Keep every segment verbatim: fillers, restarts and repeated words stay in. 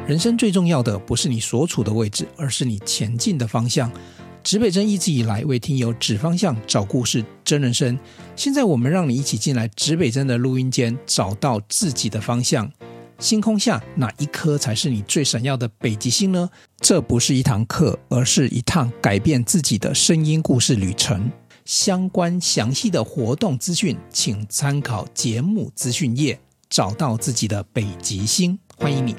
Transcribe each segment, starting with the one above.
人生最重要的不是你所处的位置，而是你前进的方向。指北针一直以来为听友指方向、找故事、真人生。现在我们让你一起进来指北针的录音间，找到自己的方向。星空下哪一颗才是你最闪耀的北极星呢？这不是一堂课，而是一趟改变自己的声音故事旅程。相关详细的活动资讯，请参考节目资讯页，找到自己的北极星。欢迎你。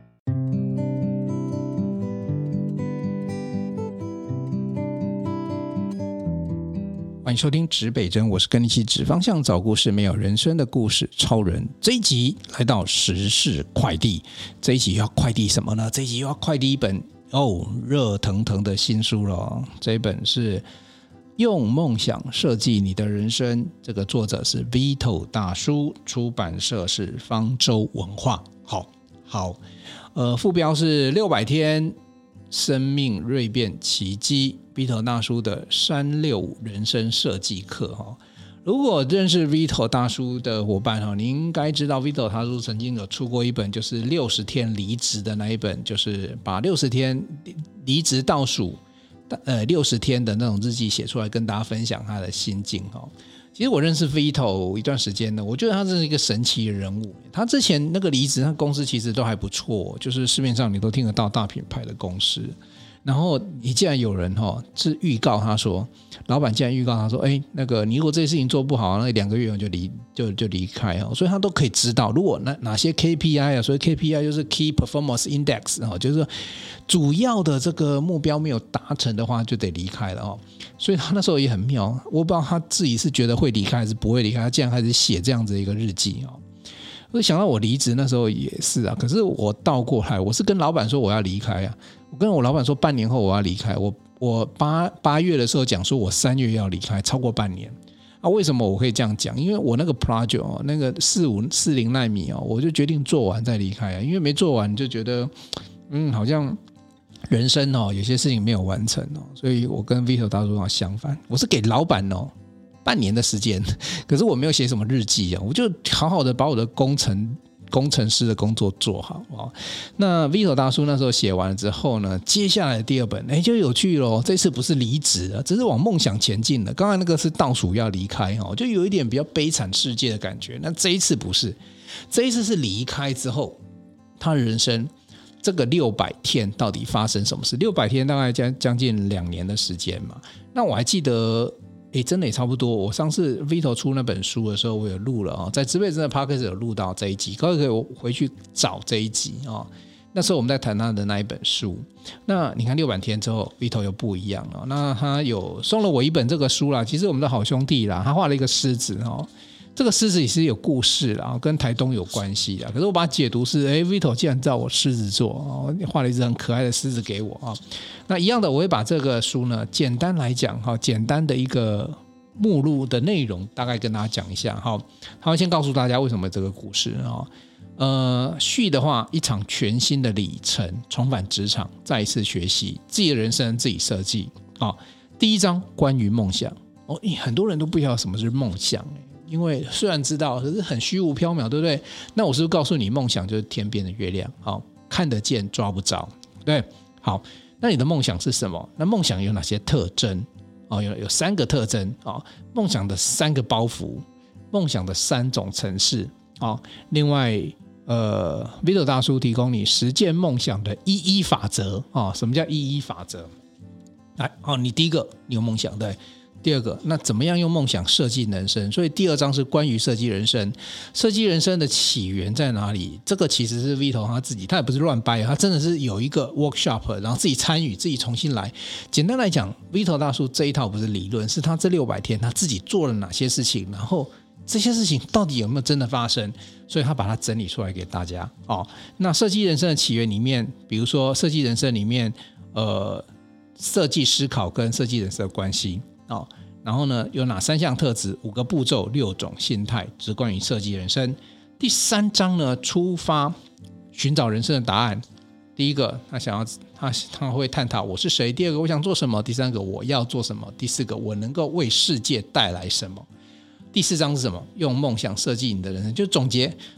欢迎收听指北针，我是跟你一起指方向、找故事、没有人生的故事超人。这一集来到时事快递，这一集要快递什么呢？这一集又要快递一本哦热腾腾的新书了。这一本是用梦想设计你的人生，这个作者是 Vito 大叔，出版社是方舟文化。好好，呃，副标是六百天生命蜕变奇迹 Vito 大叔的三六五人生设计课。如果认识 Vito 大叔的伙伴，你应该知道 Vito 大叔曾经有出过一本就是六十天离职的那一本，就是把六十天离职倒数呃六十天的那种日记写出来跟大家分享他的心境。其实我认识 Vito 一段时间呢，我觉得他是一个神奇的人物。他之前那个离职，他公司其实都还不错，就是市面上你都听得到大品牌的公司。然后你既然有人齁是预告他说，老板竟然预告他说，哎，那个你如果这些事情做不好，那两个月就离就就离开哦，所以他都可以知道，如果哪哪些 K P I 啊，所以 K P I 就是 Key Performance Index 哦，就是说主要的这个目标没有达成的话，就得离开了哦。所以他那时候也很妙，我不知道他自己是觉得会离开还是不会离开，他竟然开始写这样子一个日记哦。我想到我离职那时候也是啊，可是我倒过来，我是跟老板说我要离开啊，我跟我老板说半年后我要离开，我我八八月的时候讲说我三月要离开，超过半年啊。为什么我可以这样讲？因为我那个 project 哦，那个四五四零奈米哦，我就决定做完再离开啊，因为没做完就觉得嗯好像人生哦有些事情没有完成哦，所以我跟 Vito 大叔相反，我是给老板哦半年的时间，可是我没有写什么日记啊，我就好好的把我的工程工程师的工作做好哦。那 Vito 大叔那时候写完了之后呢，接下来的第二本哎就有趣咯，这次不是离职了，只是往梦想前进了。刚才那个是倒数要离开哦，就有一点比较悲惨世界的感觉。那这一次不是，这一次是离开之后，他人生这个六百天到底发生什么事？六百天大概将将近两年的时间嘛。那我还记得。诶，真的也差不多。我上次 Vito 出那本书的时候，我有录了哦，在指北针的 Podcast 有录到这一集，各位可以回去找这一集哦。那时候我们在谈他的那一本书。那你看六百天之后 ，Vito 又不一样了。那他有送了我一本这个书啦，其实我们的好兄弟啦，他画了一个狮子哦。这个狮子也是有故事啦，跟台东有关系啦。可是我把它解读是，哎 ，Vito 既然知道我狮子座哦，画了一只很可爱的狮子给我啊。那一样的，我会把这个书呢，简单来讲哈，简单的一个目录的内容，大概跟大家讲一下哈。他会先告诉大家为什么这个故事啊。呃，序的话，一场全新的里程，重返职场，再一次学习自己的人生，自己设计啊。第一章关于梦想哦，很多人都不知道什么是梦想哎。因为虽然知道，可是很虚无缥缈，对不对？那我是不是告诉你，梦想就是天边的月亮，好，看得见抓不着，对？好，那你的梦想是什么？那梦想有哪些特征？哦，有有三个特征哦，梦想的三个包袱，梦想的三种程式哦。另外，呃 ，Vito 大叔提供你实践梦想的一一法则哦。什么叫一一法则？来，哦，你第一个，你有梦想，对。第二个，那怎么样用梦想设计人生？所以第二章是关于设计人生，设计人生的起源在哪里？这个其实是 Vito 他自己，他也不是乱掰，他真的是有一个 workshop， 然后自己参与，自己重新来。简单来讲 ，Vito 大叔这一套不是理论，是他这六百天他自己做了哪些事情，然后这些事情到底有没有真的发生？所以他把它整理出来给大家哦。那设计人生的起源里面，比如说设计人生里面，呃，设计思考跟设计人生的关系。哦，然后呢，有哪三项特质？五个步骤，六种心态，只关于设计人生。第三章呢，出发寻找人生的答案。第一个，他想要他他会探讨我是谁；第二个，我想做什么；第三个，我要做什么；第四个，我能够为世界带来什么。第四章是什么？用梦想设计你的人生，就总结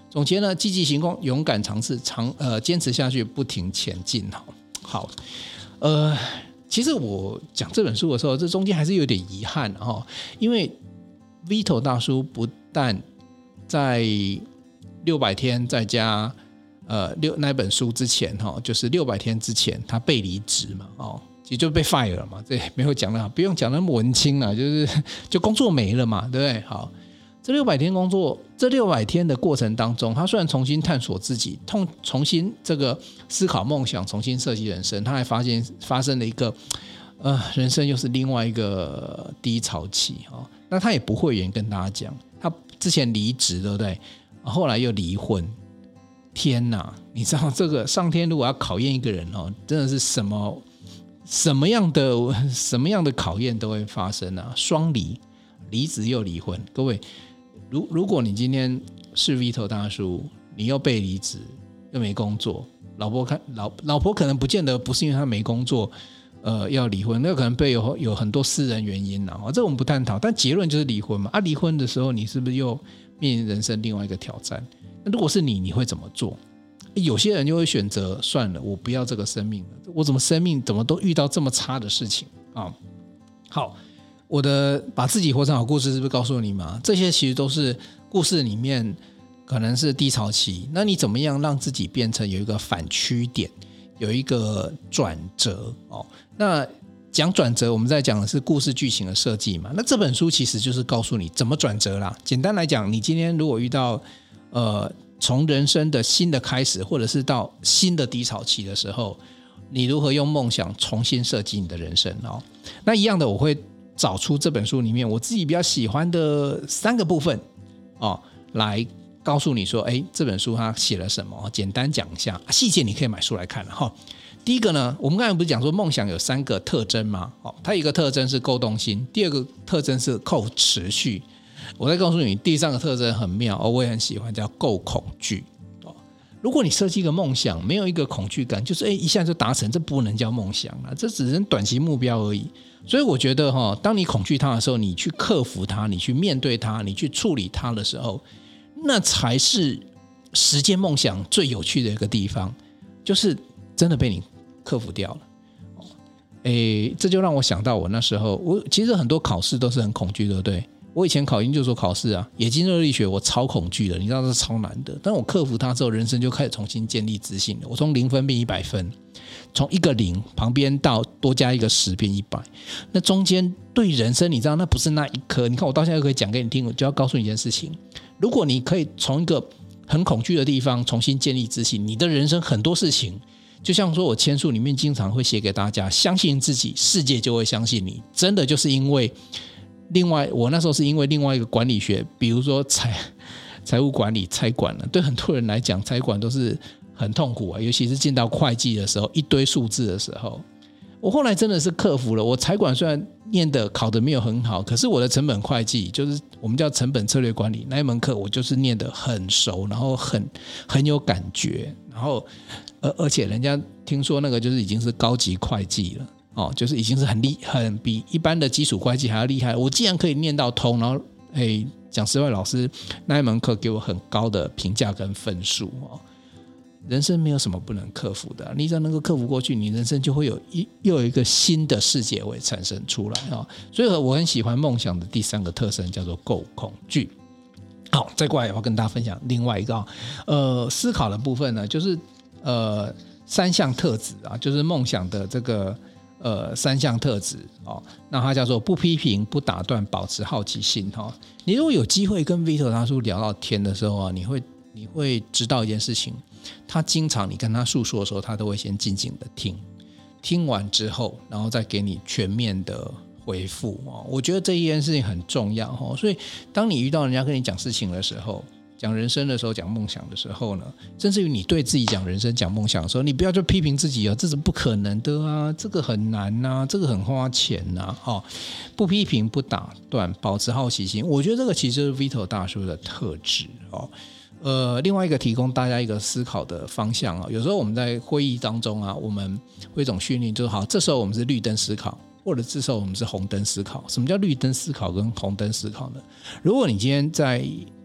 总结呢，积极行动，勇敢尝试，长呃坚持下去，不停前进。好，好，呃，其实我讲这本书的时候，这中间还是有点遗憾哈、哦，因为 Vito 大叔不但在六百天再加呃六那本书之前哈、哦，就是六百天之前他被离职嘛，哦，也就被 fire 了嘛，这没有讲了，不用讲那么文青了，就是就工作没了嘛，对不对？好。这六百天工作，这六百天的过程当中，他虽然重新探索自己，重重新这个思考梦想，重新设计人生，他还发现发生了一个，呃，人生又是另外一个低潮期哦。那他也不讳言跟大家讲，他之前离职，对不对？后来又离婚。天哪，你知道这个上天如果要考验一个人哦，真的是什么什么样的什么样的考验都会发生啊！双离，离职又离婚，各位。如, 如果你今天是 Vito 大叔，你又被离职又没工作，老婆看 老, 老婆可能不见得不是因为他没工作呃要离婚，那可能背有有很多私人原因啦，这我们不探讨，但结论就是离婚嘛。啊，离婚的时候你是不是又面临人生另外一个挑战？那如果是你，你会怎么做？有些人就会选择算了，我不要这个生命了，我怎么生命怎么都遇到这么差的事情啊？好。我的把自己活成好故事是不是告诉你嘛？这些其实都是故事里面可能是低潮期，那你怎么样让自己变成有一个反曲点，有一个转折哦？那讲转折，我们在讲的是故事剧情的设计嘛？那这本书其实就是告诉你怎么转折啦。简单来讲，你今天如果遇到呃从人生的新的开始，或者是到新的低潮期的时候，你如何用梦想重新设计你的人生哦？那一样的，我会找出这本书里面我自己比较喜欢的三个部分哦，来告诉你说，哎，这本书它写了什么？简单讲一下，细节你可以买书来看了哈。第一个呢，我们刚才不是讲说梦想有三个特征吗？哦，它一个特征是够动心，第二个特征是够持续。我再告诉你，第三个特征很妙，哦，我也很喜欢，叫够恐惧。哦，如果你设计一个梦想，没有一个恐惧感，就是哎一下就达成，这不能叫梦想了，这只是短期目标而已。所以我觉得哈，当你恐惧它的时候，你去克服它，你去面对它，你去处理它的时候，那才是实现梦想最有趣的一个地方，就是真的被你克服掉了。诶，这就让我想到我那时候，我其实很多考试都是很恐惧，对不对？我以前考研究所考试啊，冶金热力学我超恐惧的，你知道这是超难的。但我克服它之后，人生就开始重新建立自信了。我从零分变一百分。从一个零旁边到多加一个十变一百，那中间对人生你知道那不是那一刻，你看我到现在可以讲给你听，我就要告诉你一件事情，如果你可以从一个很恐惧的地方重新建立自信，你的人生很多事情，就像说我签书里面经常会写给大家，相信自己世界就会相信你，真的就是因为另外我那时候是因为另外一个管理学，比如说财财务管理财管了，对很多人来讲财管都是很痛苦啊，尤其是进到会计的时候，一堆数字的时候，我后来真的是克服了。我财管虽然念的考的没有很好，可是我的成本会计，就是我们叫成本策略管理那一门课，我就是念得很熟，然后很很有感觉，然后而而且人家听说那个就是已经是高级会计了哦，就是已经是很厉很比一般的基础会计还要厉害。我既然可以念到通，然后哎，讲实话，老师那一门课给我很高的评价跟分数哦。人生没有什么不能克服的，你只要能够克服过去，你人生就会有一又有一个新的世界会产生出来啊！所以我很喜欢梦想的第三个特征叫做够恐惧。好，再过来我要跟大家分享另外一个呃思考的部分呢，就是呃三项特质啊，就是梦想的这个呃三项特质哦。那它叫做不批评、不打断、保持好奇心哈。你如果有机会跟 Vito 大叔聊到天的时候啊，你会你会知道一件事情。他经常你跟他诉说的时候，他都会先静静的听，听完之后然后再给你全面的回复。我觉得这一件事情很重要，所以当你遇到人家跟你讲事情的时候，讲人生的时候，讲梦想的时候呢，甚至于你对自己讲人生讲梦想的时候，你不要就批评自己啊，这是不可能的啊，这个很难啊，这个很花钱啊，哦，不批评不打断，保持好奇心，我觉得这个其实就是 Vito 大叔的特质哦。呃，另外一个提供大家一个思考的方向啊，有时候我们在会议当中啊，我们会一种训练，就是好，这时候我们是绿灯思考，或者这时候我们是红灯思考。什么叫绿灯思考跟红灯思考呢？如果你今天在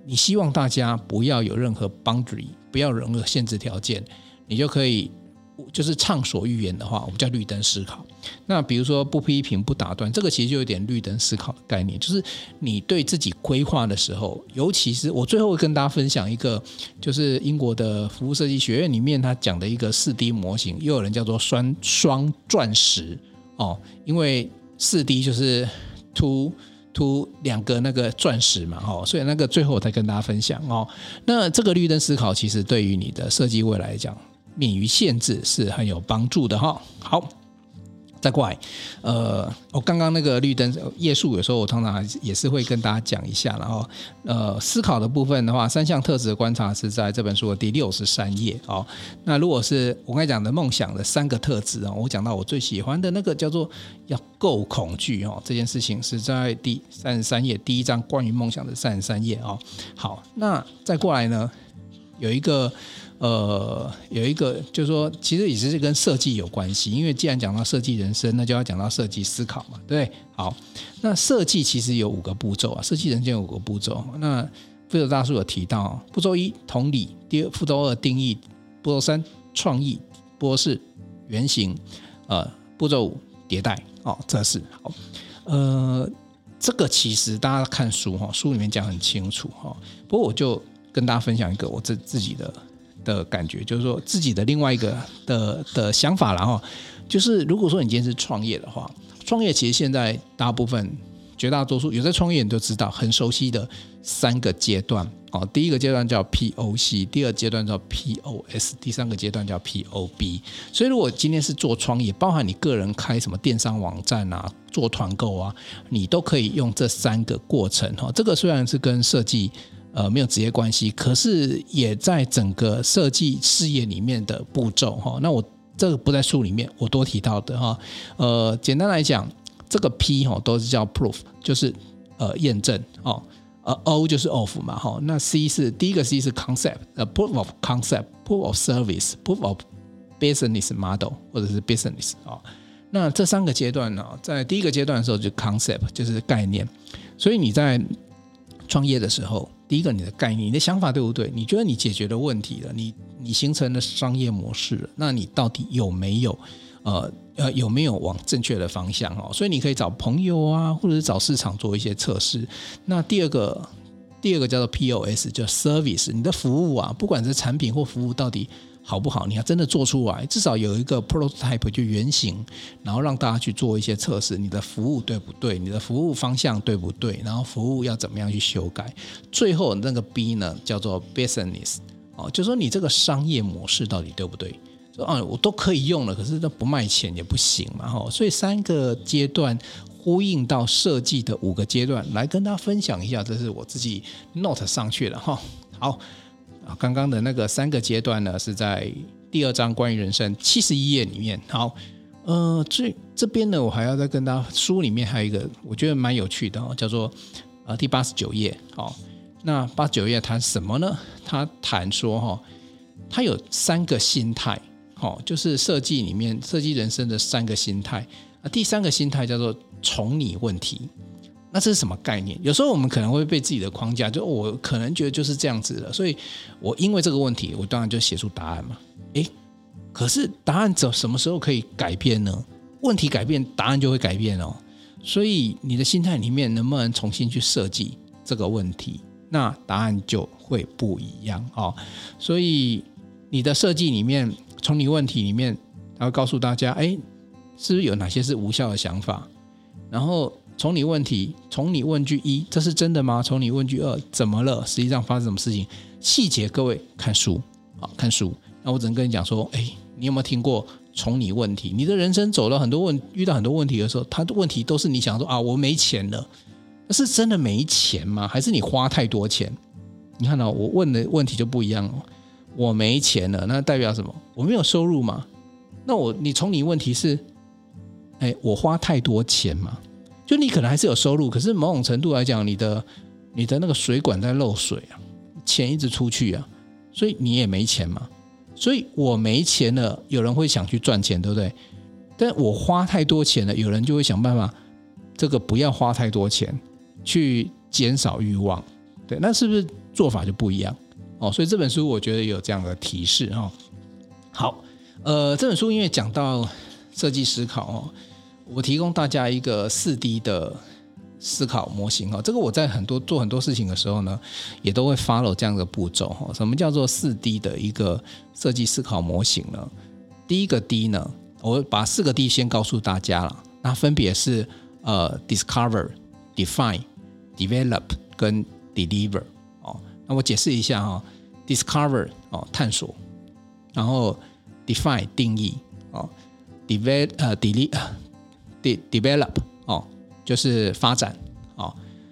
你希望大家不要有任何 boundary， 不要有任何限制条件，你就可以就是畅所欲言的话，我们叫绿灯思考。那比如说不批评不打断，这个其实就有点绿灯思考的概念，就是你对自己规划的时候，尤其是我最后会跟大家分享一个，就是英国的服务设计学院里面他讲的一个 四 D 模型，又有人叫做双双钻石哦，因为 四 D 就是凸凸两个那个钻石嘛，哦，所以那个最后我再跟大家分享哦。那这个绿灯思考其实对于你的设计未来来讲，免于限制是很有帮助的哈。好，再过来，呃，我刚刚那个绿灯页数，有时候我通常也是会跟大家讲一下，然后呃，思考的部分的话，三项特质的观察是在这本书的第六十三页哦。那如果是我刚才讲的梦想的三个特质啊，我讲到我最喜欢的那个叫做要够恐惧哦，这件事情是在第三十三页第一章关于梦想的三十三页哦。好，那再过来呢，有一个。呃，有一个就是说，其实也是跟设计有关系，因为既然讲到设计人生，那就要讲到设计思考嘛，对不对？好，那设计其实有五个步骤啊，设计人生有五个步骤。那富德大叔有提到，步骤一同理，第二步骤二定义，步骤三创意，步骤四原型，呃，步骤五迭代。哦，这是好，呃，这个其实大家看书哈，书里面讲很清楚哈。不过我就跟大家分享一个我自自己的。的感觉就是说自己的另外一个 的, 的想法啦哈，就是如果说你今天是创业的话，创业其实现在大部分绝大多数有在创业你都知道很熟悉的三个阶段哦，第一个阶段叫 P O C， 第二阶段叫 P O S， 第三个阶段叫 P O B。 所以如果今天是做创业，包含你个人开什么电商网站啊，做团购啊，你都可以用这三个过程哈。这个虽然是跟设计呃，没有直接关系，可是也在整个设计事业里面的步骤哈。那我这个不在书里面，我多提到的哈。呃，简单来讲，这个 P 哈都是叫 proof， 就是呃验证哦。呃 O 就是 of 嘛哈。那 C 是第一个 C 是 concept， 呃 proof of concept，proof of service，proof of business model 或者是 business 哦。那这三个阶段呢，在第一个阶段的时候就 concept 就是概念，所以你在创业的时候。第一个，你的概念，你的想法对不对？你觉得你解决了问题了，你你形成了商业模式了，那你到底有没有呃呃有没有往正确的方向哦？所以你可以找朋友啊，或者是找市场做一些测试。那第二个，第二个叫做 P O S， 叫 service， 你的服务啊，不管是产品或服务到底好不好，你要真的做出来，至少有一个 prototype 就原型，然后让大家去做一些测试，你的服务对不对，你的服务方向对不对，然后服务要怎么样去修改。最后那个 B 呢叫做 business， 哦，就是说你这个商业模式到底对不对，啊，我都可以用了，可是那不卖钱也不行嘛，哦，所以三个阶段呼应到设计的五个阶段，来跟大家分享一下，这是我自己 note 上去了哈。好，刚刚的那个三个阶段呢，是在第二章关于人生七十一页里面。好，呃，这这边呢，我还要再跟大家，书里面还有一个我觉得蛮有趣的哦，叫做呃第八十九页。好，那八十九页谈什么呢？他谈说哈，他有三个心态，好，就是设计里面设计人生的三个心态。啊，第三个心态叫做从你问题。那这是什么概念？有时候我们可能会被自己的框架，就、哦、我可能觉得就是这样子的，所以我因为这个问题，我当然就写出答案嘛。诶，可是答案怎什么时候可以改变呢？问题改变，答案就会改变哦。所以你的心态里面能不能重新去设计这个问题，那答案就会不一样哦。所以你的设计里面，从你问题里面，它会告诉大家，诶，是不是有哪些是无效的想法，然后从你问题，从你问句一，这是真的吗？从你问句二，怎么了？实际上发生什么事情？细节各位看书，好看书。那我只能跟你讲说，哎，你有没有听过从你问题？你的人生走了很多问，遇到很多问题的时候，他的问题都是你想说啊，我没钱了，那是真的没钱吗？还是你花太多钱？你看到、哦、我问的问题就不一样了。我没钱了，那代表什么？我没有收入嘛？那我你从你问题是，哎，我花太多钱嘛？就你可能还是有收入，可是某种程度来讲，你的你的那个水管在漏水啊，钱一直出去啊，所以你也没钱嘛。所以我没钱了，有人会想去赚钱，对不对？但我花太多钱了，有人就会想办法，这个不要花太多钱，去减少欲望。对，那是不是做法就不一样哦。所以这本书我觉得有这样的提示哈、哦。好，呃，这本书因为讲到设计思考哦，我提供大家一个四 D 的思考模型哦。这个我在很多做很多事情的时候呢，也都会 follow 这样的步骤哦。什么叫做四 D 的一个设计思考模型呢？第一个 D 呢，我把四个 D 先告诉大家了，那分别是呃 discover、define、develop 跟 deliver 哦。那我解释一下哈、哦、，discover 哦探索，然后 define 定义哦 ，develop 呃 de de develop 哦就是发展哦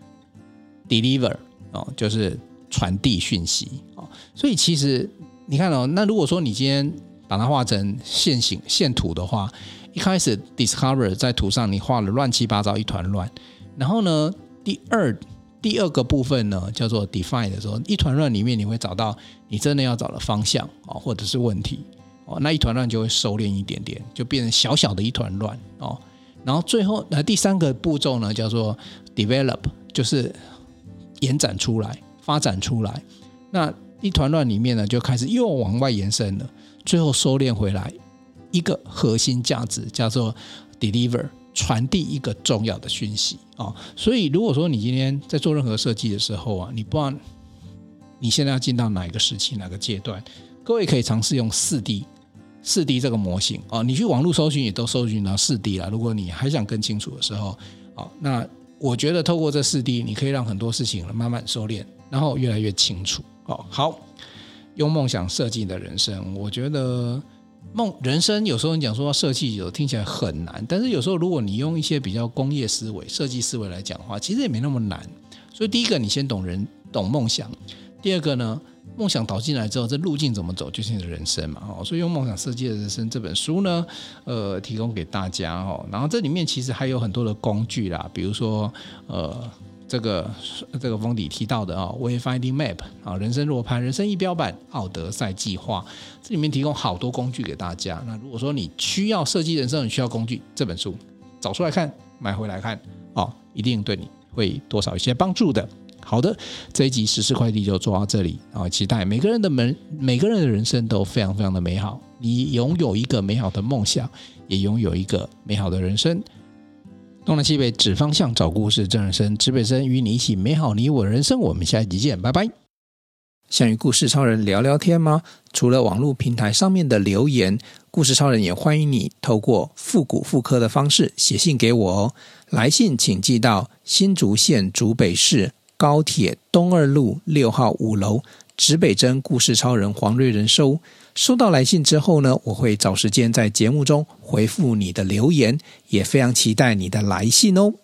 ，deliver 哦就是传递讯息哦。所以其实你看哦，那如果说你今天把它画成线形线图的话，一开始 discover 在图上你画了乱七八糟一团乱，然后呢，第二第二个部分呢叫做 define 的时候，一团乱里面你会找到你真的要找的方向哦，或者是问题哦，那一团乱就会收敛一点点，就变成小小的一团乱哦。然后最后那第三个步骤呢叫做 develop， 就是延展出来、发展出来。那一团乱里面呢就开始又往外延伸了，最后收敛回来一个核心价值叫做 deliver， 传递一个重要的讯息哦。所以如果说你今天在做任何设计的时候啊，你不知道你现在要进到哪一个时期哪个阶段，各位可以尝试用 四 D四 D 这个模型哦，你去网络搜寻也都搜寻到 四 D 啦。如果你还想更清楚的时候哦，那我觉得透过这 四 D 你可以让很多事情慢慢收敛，然后越来越清楚哦。好，用梦想设计的人生，我觉得梦人生有时候你讲说设计有听起来很难，但是有时候如果你用一些比较工业思维、设计思维来讲的话，其实也没那么难。所以第一个，你先懂人、懂梦想；第二个呢，梦想导进来之后，这路径怎么走就是你的人生嘛。哦，所以用梦想设计的人生这本书呢，呃，提供给大家哦。然后这里面其实还有很多的工具啦，比如说呃。这个这个封底提到的啊、哦、，Wayfinding Map 啊，人生罗盘、人生仪表板、奥德赛计划，这里面提供好多工具给大家。那如果说你需要设计人生，你需要工具，这本书找出来看，买回来看哦，一定对你会多少一些帮助的。好的，这一集时事快递就做到这里啊、哦！期待每个人的门，每个人的人生都非常非常的美好。你拥有一个美好的梦想，也拥有一个美好的人生。东南西北指方向，找故事，真人生，指北针与你一起美好你我的人生。我们下一集见，拜拜。想与故事超人聊聊天吗？除了网络平台上面的留言，故事超人也欢迎你透过复古复刻的方式写信给我哦。来信请寄到新竹县竹北市高铁东二路六号五楼，指北针故事超人黄瑞仁收。收到来信之后呢，我会找时间在节目中回复你的留言，也非常期待你的来信哦。